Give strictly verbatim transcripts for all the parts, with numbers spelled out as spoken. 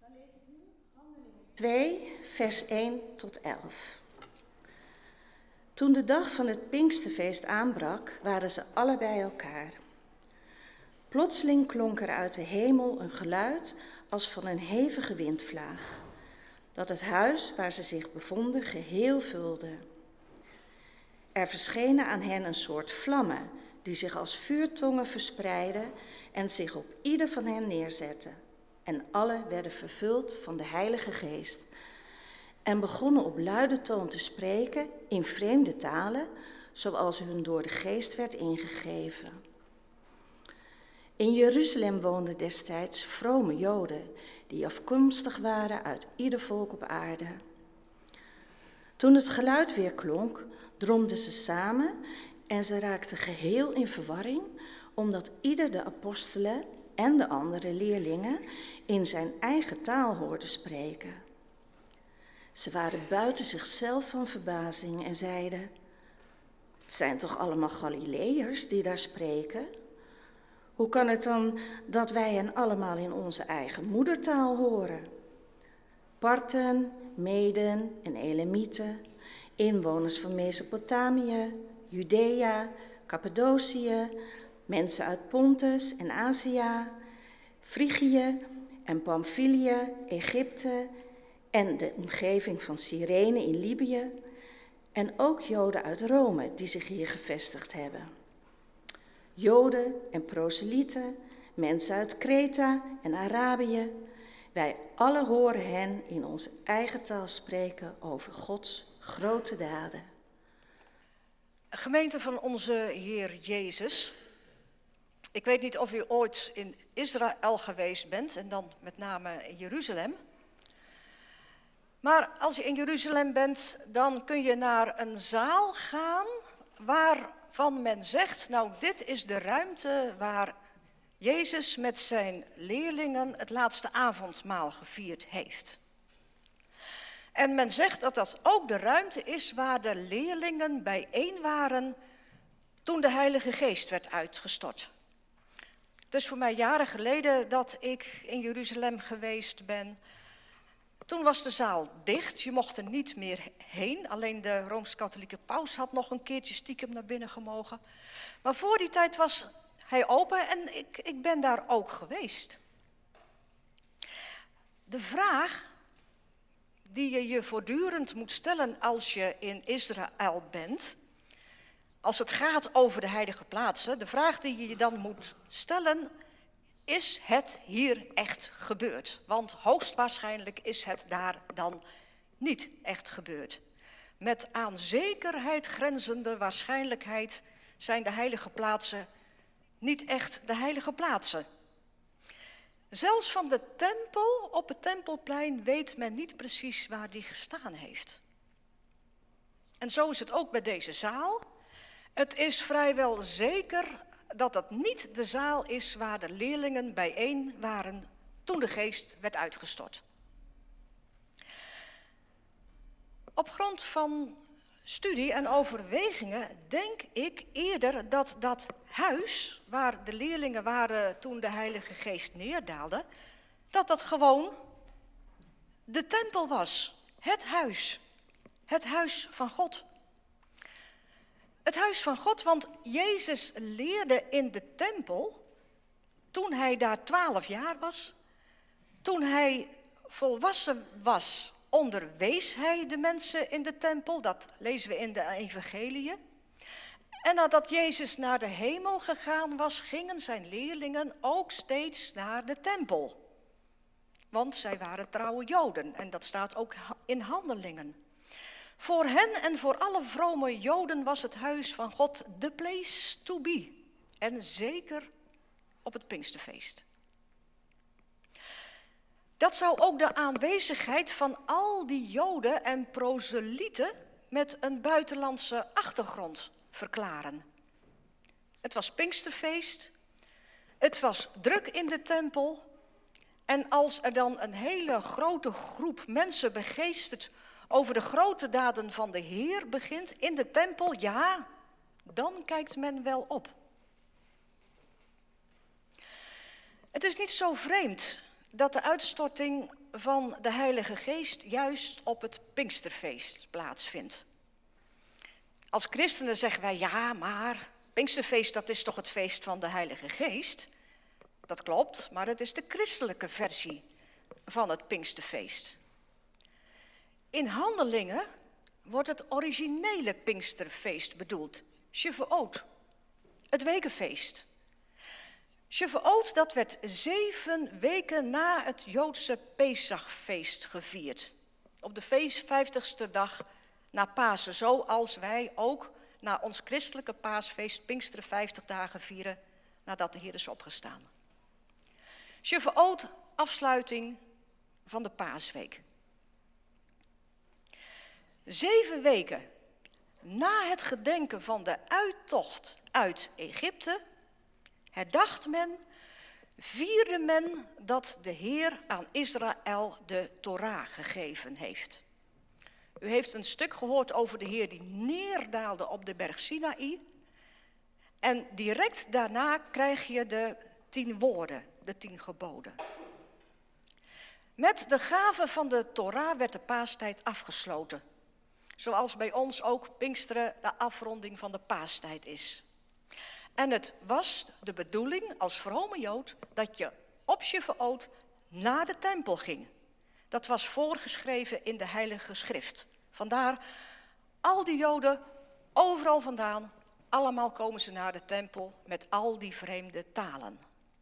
Dan lees ik nu Handelingen twee, vers één tot elf. Toen de dag van het Pinksterfeest aanbrak, waren ze alle bij elkaar. Plotseling klonk er uit de hemel een geluid als van een hevige windvlaag, dat het huis waar ze zich bevonden geheel vulde. Er verschenen aan hen een soort vlammen, die zich als vuurtongen verspreidden en zich op ieder van hen neerzetten. En alle werden vervuld van de Heilige Geest en begonnen op luide toon te spreken in vreemde talen, zoals hun door de Geest werd ingegeven. In Jeruzalem woonden destijds vrome Joden, die afkomstig waren uit ieder volk op aarde. Toen het geluid weer klonk, dromden ze samen en ze raakten geheel in verwarring, omdat ieder de apostelen en de andere leerlingen in zijn eigen taal hoorde spreken. Ze waren buiten zichzelf van verbazing en zeiden: het zijn toch allemaal Galileërs die daar spreken? Hoe kan het dan dat wij hen allemaal in onze eigen moedertaal horen? Parten, Meden en Elamieten, inwoners van Mesopotamië, Judea, Cappadocië, mensen uit Pontus en Azië, Frigië en Pamphylië, Egypte en de omgeving van Cyrene in Libië, en ook Joden uit Rome die zich hier gevestigd hebben. Joden en proselieten, mensen uit Kreta en Arabië, wij alle horen hen in onze eigen taal spreken over Gods grote daden. Gemeente van onze Heer Jezus, ik weet niet of u ooit in Israël geweest bent en dan met name in Jeruzalem. Maar als je in Jeruzalem bent, dan kun je naar een zaal gaan waarvan men zegt, nou dit is de ruimte waar Jezus met zijn leerlingen het laatste avondmaal gevierd heeft. En men zegt dat dat ook de ruimte is waar de leerlingen bijeen waren toen de Heilige Geest werd uitgestort. Het is voor mij jaren geleden dat ik in Jeruzalem geweest ben. Toen was de zaal dicht, je mocht er niet meer heen. Alleen de Rooms-Katholieke paus had nog een keertje stiekem naar binnen gemogen. Maar voor die tijd was hij open en ik, ik ben daar ook geweest. De vraag die je je voortdurend moet stellen als je in Israël bent, als het gaat over de heilige plaatsen, de vraag die je je dan moet stellen, is het hier echt gebeurd? Want hoogstwaarschijnlijk is het daar dan niet echt gebeurd. Met aan zekerheid grenzende waarschijnlijkheid zijn de heilige plaatsen niet echt de heilige plaatsen. Zelfs van de tempel op het Tempelplein weet men niet precies waar die gestaan heeft. En zo is het ook bij deze zaal. Het is vrijwel zeker dat dat niet de zaal is waar de leerlingen bijeen waren toen de Geest werd uitgestort. Op grond van studie en overwegingen denk ik eerder dat dat huis waar de leerlingen waren toen de Heilige Geest neerdaalde, dat dat gewoon de tempel was, het huis, het huis van God. Het huis van God, want Jezus leerde in de tempel toen hij daar twaalf jaar was. Toen hij volwassen was, onderwees hij de mensen in de tempel. Dat lezen we in de evangeliën. En nadat Jezus naar de hemel gegaan was, gingen zijn leerlingen ook steeds naar de tempel. Want zij waren trouwe Joden en dat staat ook in Handelingen. Voor hen en voor alle vrome Joden was het huis van God the place to be. En zeker op het Pinksterfeest. Dat zou ook de aanwezigheid van al die Joden en proselieten met een buitenlandse achtergrond verklaren. Het was Pinksterfeest, het was druk in de tempel. En als er dan een hele grote groep mensen begeesterd over de grote daden van de Heer begint in de tempel, ja, dan kijkt men wel op. Het is niet zo vreemd dat de uitstorting van de Heilige Geest juist op het Pinksterfeest plaatsvindt. Als christenen zeggen wij, ja, maar Pinksterfeest, dat is toch het feest van de Heilige Geest? Dat klopt, maar het is de christelijke versie van het Pinksterfeest. In Handelingen wordt het originele Pinksterfeest bedoeld, Shavuot, het wekenfeest. Shavuot, dat werd zeven weken na het Joodse Pesachfeest gevierd. Op de vijftigste dag na Pasen, zoals wij ook na ons christelijke paasfeest Pinksteren vijftig dagen vieren nadat de Heer is opgestaan. Shavuot, afsluiting van de paasweek. Zeven weken na het gedenken van de uittocht uit Egypte herdacht men, vierde men dat de Heer aan Israël de Torah gegeven heeft. U heeft een stuk gehoord over de Heer die neerdaalde op de berg Sinaï. En direct daarna krijg je de tien woorden, de tien geboden. Met de gave van de Torah werd de paastijd afgesloten. Zoals bij ons ook Pinksteren de afronding van de paastijd is. En het was de bedoeling als vrome Jood dat je op Shavuot naar de tempel ging. Dat was voorgeschreven in de Heilige Schrift. Vandaar al die Joden, overal vandaan, allemaal komen ze naar de tempel met al die vreemde talen.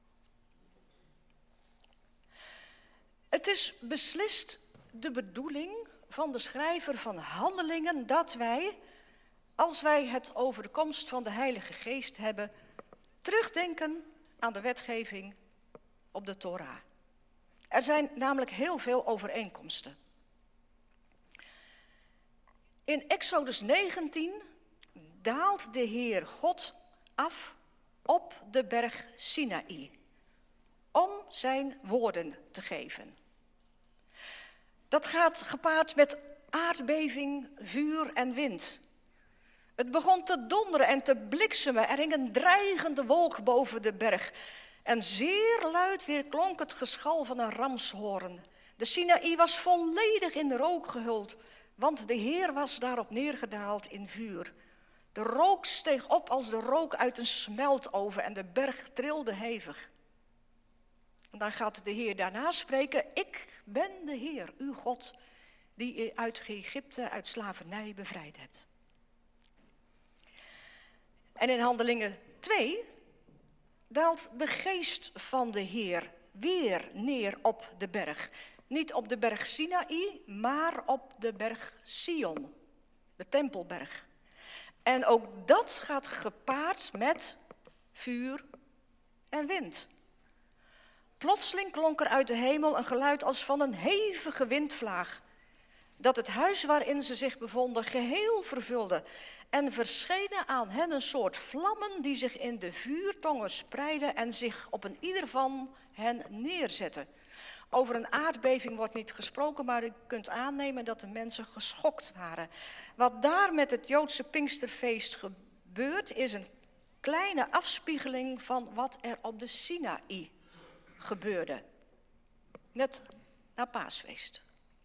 Het is beslist de bedoeling van de schrijver van Handelingen dat wij, als wij het over de komst van de Heilige Geest hebben, terugdenken aan de wetgeving op de Torah. Er zijn namelijk heel veel overeenkomsten. In Exodus negentien daalt de Heer God af op de berg Sinaï om zijn woorden te geven. Dat gaat gepaard met aardbeving, vuur en wind. Het begon te donderen en te bliksemen. Er hing een dreigende wolk boven de berg. En zeer luid weerklonk het geschal van een ramshoorn. De Sinaï was volledig in rook gehuld, want de Heer was daarop neergedaald in vuur. De rook steeg op als de rook uit een smeltoven en de berg trilde hevig. En dan gaat de Heer daarna spreken: ik ben de Heer, uw God, die u uit Egypte, uit slavernij bevrijd hebt. En in Handelingen twee daalt de geest van de Heer weer neer op de berg. Niet op de berg Sinaï, maar op de berg Sion, de tempelberg. En ook dat gaat gepaard met vuur en wind. Plotseling klonk er uit de hemel een geluid als van een hevige windvlaag, dat het huis waarin ze zich bevonden geheel vervulde. En verschenen aan hen een soort vlammen die zich in de vuurtongen spreidden en zich op een ieder van hen neerzetten. Over een aardbeving wordt niet gesproken, maar u kunt aannemen dat de mensen geschokt waren. Wat daar met het Joodse Pinksterfeest gebeurt, is een kleine afspiegeling van wat er op de Sinaï gebeurde. Net na Paasfeest.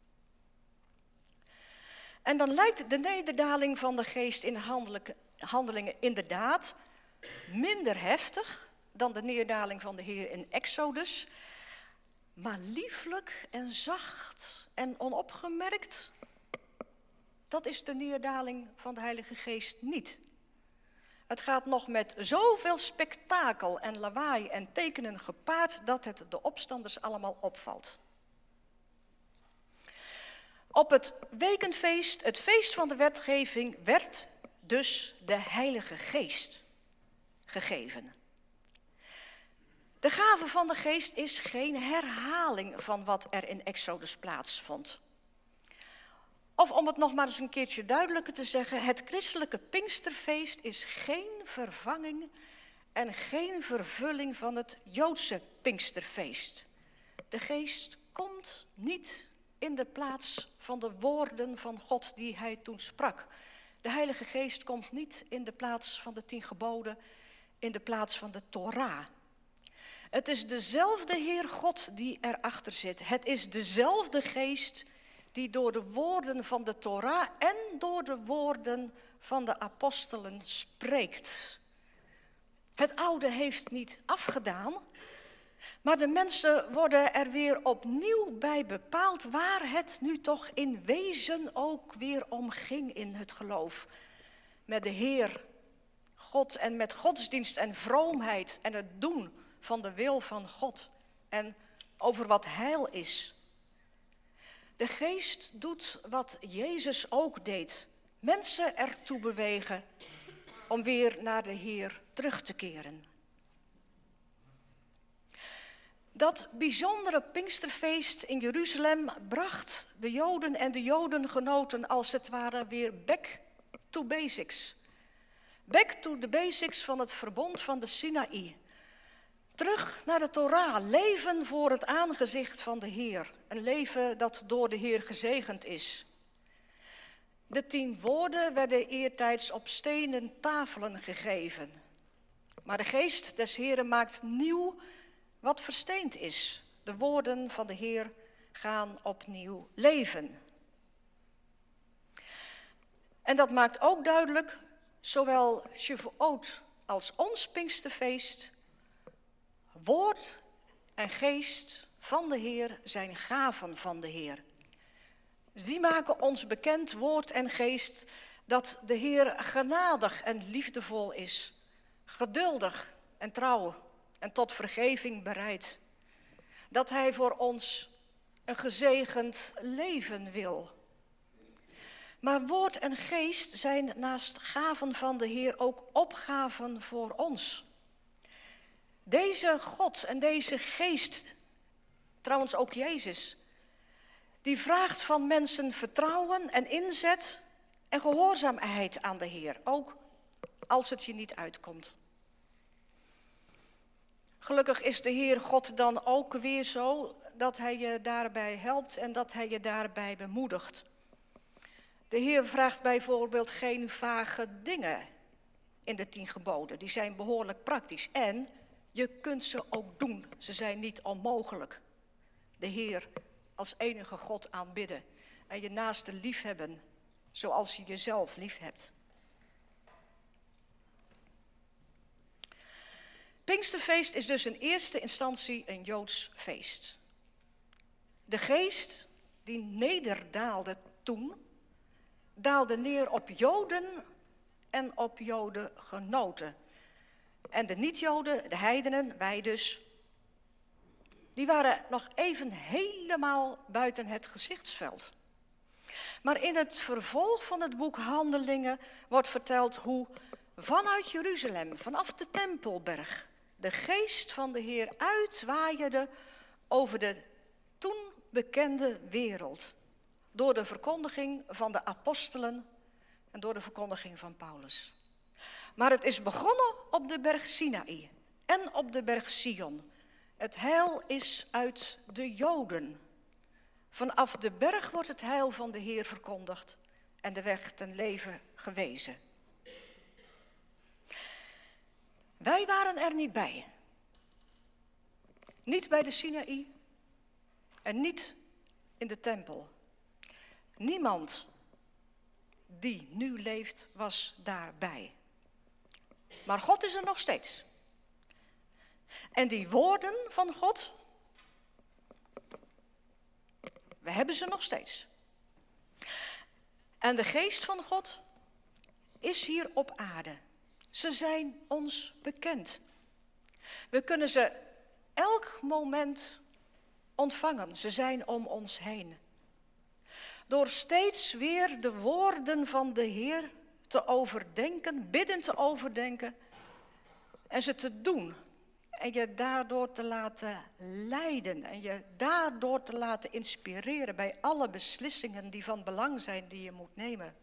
En dan lijkt de nederdaling van de geest in Handelingen inderdaad minder heftig dan de neerdaling van de Heer in Exodus, maar lieflijk en zacht en onopgemerkt, dat is de neerdaling van de Heilige Geest niet. Het gaat nog met zoveel spektakel en lawaai en tekenen gepaard dat het de opstanders allemaal opvalt. Op het wekenfeest, het feest van de wetgeving, werd dus de Heilige Geest gegeven. De gave van de Geest is geen herhaling van wat er in Exodus plaatsvond. Of om het nog maar eens een keertje duidelijker te zeggen, het christelijke Pinksterfeest is geen vervanging en geen vervulling van het Joodse Pinksterfeest. De Geest komt niet in de plaats van de woorden van God die hij toen sprak. De Heilige Geest komt niet in de plaats van de tien geboden, in de plaats van de Torah. Het is dezelfde Heer God die erachter zit. Het is dezelfde geest die door de woorden van de Torah en door de woorden van de apostelen spreekt. Het oude heeft niet afgedaan, maar de mensen worden er weer opnieuw bij bepaald waar het nu toch in wezen ook weer om ging in het geloof. Met de Heer, God en met godsdienst en vroomheid en het doen van de wil van God en over wat heil is. De geest doet wat Jezus ook deed. Mensen ertoe bewegen om weer naar de Heer terug te keren. Dat bijzondere Pinksterfeest in Jeruzalem bracht de Joden en de Jodengenoten als het ware weer back to basics. Back to the basics van het verbond van de Sinaï. Terug naar de Torah, leven voor het aangezicht van de Heer. Een leven dat door de Heer gezegend is. De tien woorden werden eertijds op stenen tafelen gegeven. Maar de geest des Heeren maakt nieuw wat versteend is. De woorden van de Heer gaan opnieuw leven. En dat maakt ook duidelijk, zowel Shavuot als ons Pinksterfeest, woord en geest van de Heer zijn gaven van de Heer. Dus die maken ons bekend, woord en geest, dat de Heer genadig en liefdevol is, geduldig en trouw en tot vergeving bereid. Dat Hij voor ons een gezegend leven wil. Maar woord en geest zijn naast gaven van de Heer ook opgaven voor ons. Deze God en deze geest, trouwens ook Jezus, die vraagt van mensen vertrouwen en inzet en gehoorzaamheid aan de Heer, ook als het je niet uitkomt. Gelukkig is de Heer God dan ook weer zo dat Hij je daarbij helpt en dat Hij je daarbij bemoedigt. De Heer vraagt bijvoorbeeld geen vage dingen in de tien geboden. Die zijn behoorlijk praktisch en je kunt ze ook doen. Ze zijn niet onmogelijk. De Heer als enige God aanbidden en je naaste liefhebben zoals je jezelf lief hebt. Pinksterfeest is dus in eerste instantie een Joods feest. De geest die nederdaalde toen, daalde neer op Joden en op Jodengenoten. En de niet-Joden, de heidenen, wij dus, die waren nog even helemaal buiten het gezichtsveld. Maar in het vervolg van het boek Handelingen wordt verteld hoe vanuit Jeruzalem, vanaf de Tempelberg, de geest van de Heer uitwaaierde over de toen bekende wereld. Door de verkondiging van de apostelen en door de verkondiging van Paulus. Maar het is begonnen op de berg Sinaï en op de berg Sion. Het heil is uit de Joden. Vanaf de berg wordt het heil van de Heer verkondigd en de weg ten leven gewezen. Wij waren er niet bij. Niet bij de Sinaï en niet in de tempel. Niemand die nu leeft was daarbij. Maar God is er nog steeds. En die woorden van God, we hebben ze nog steeds. En de geest van God is hier op aarde. Ze zijn ons bekend. We kunnen ze elk moment ontvangen. Ze zijn om ons heen. Door steeds weer de woorden van de Heer te overdenken, bidden te overdenken en ze te doen. En je daardoor te laten leiden en je daardoor te laten inspireren bij alle beslissingen die van belang zijn die je moet nemen.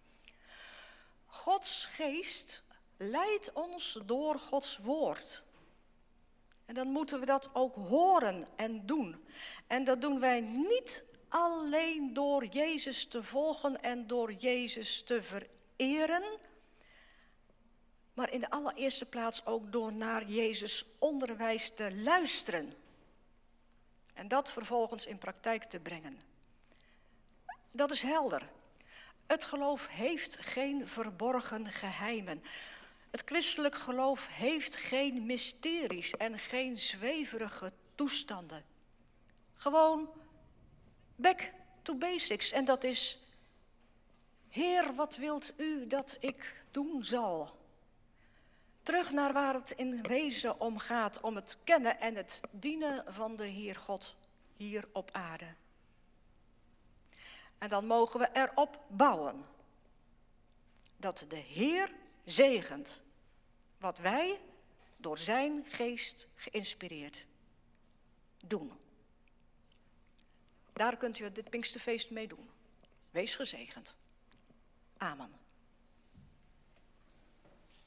Gods geest leidt ons door Gods woord. En dan moeten we dat ook horen en doen. En dat doen wij niet alleen door Jezus te volgen en door Jezus te vereren. maar in de allereerste plaats ook door naar Jezus' onderwijs te luisteren. En dat vervolgens in praktijk te brengen. Dat is helder. Het geloof heeft geen verborgen geheimen. Het christelijk geloof heeft geen mysteries en geen zweverige toestanden. Gewoon back to basics. En dat is: Heer, wat wilt u dat ik doen zal? Terug naar waar het in wezen om gaat, om het kennen en het dienen van de Heer God hier op aarde. En dan mogen we erop bouwen dat de Heer zegent wat wij door zijn geest geïnspireerd doen. Daar kunt u dit Pinksterfeest mee doen. Wees gezegend. Amen.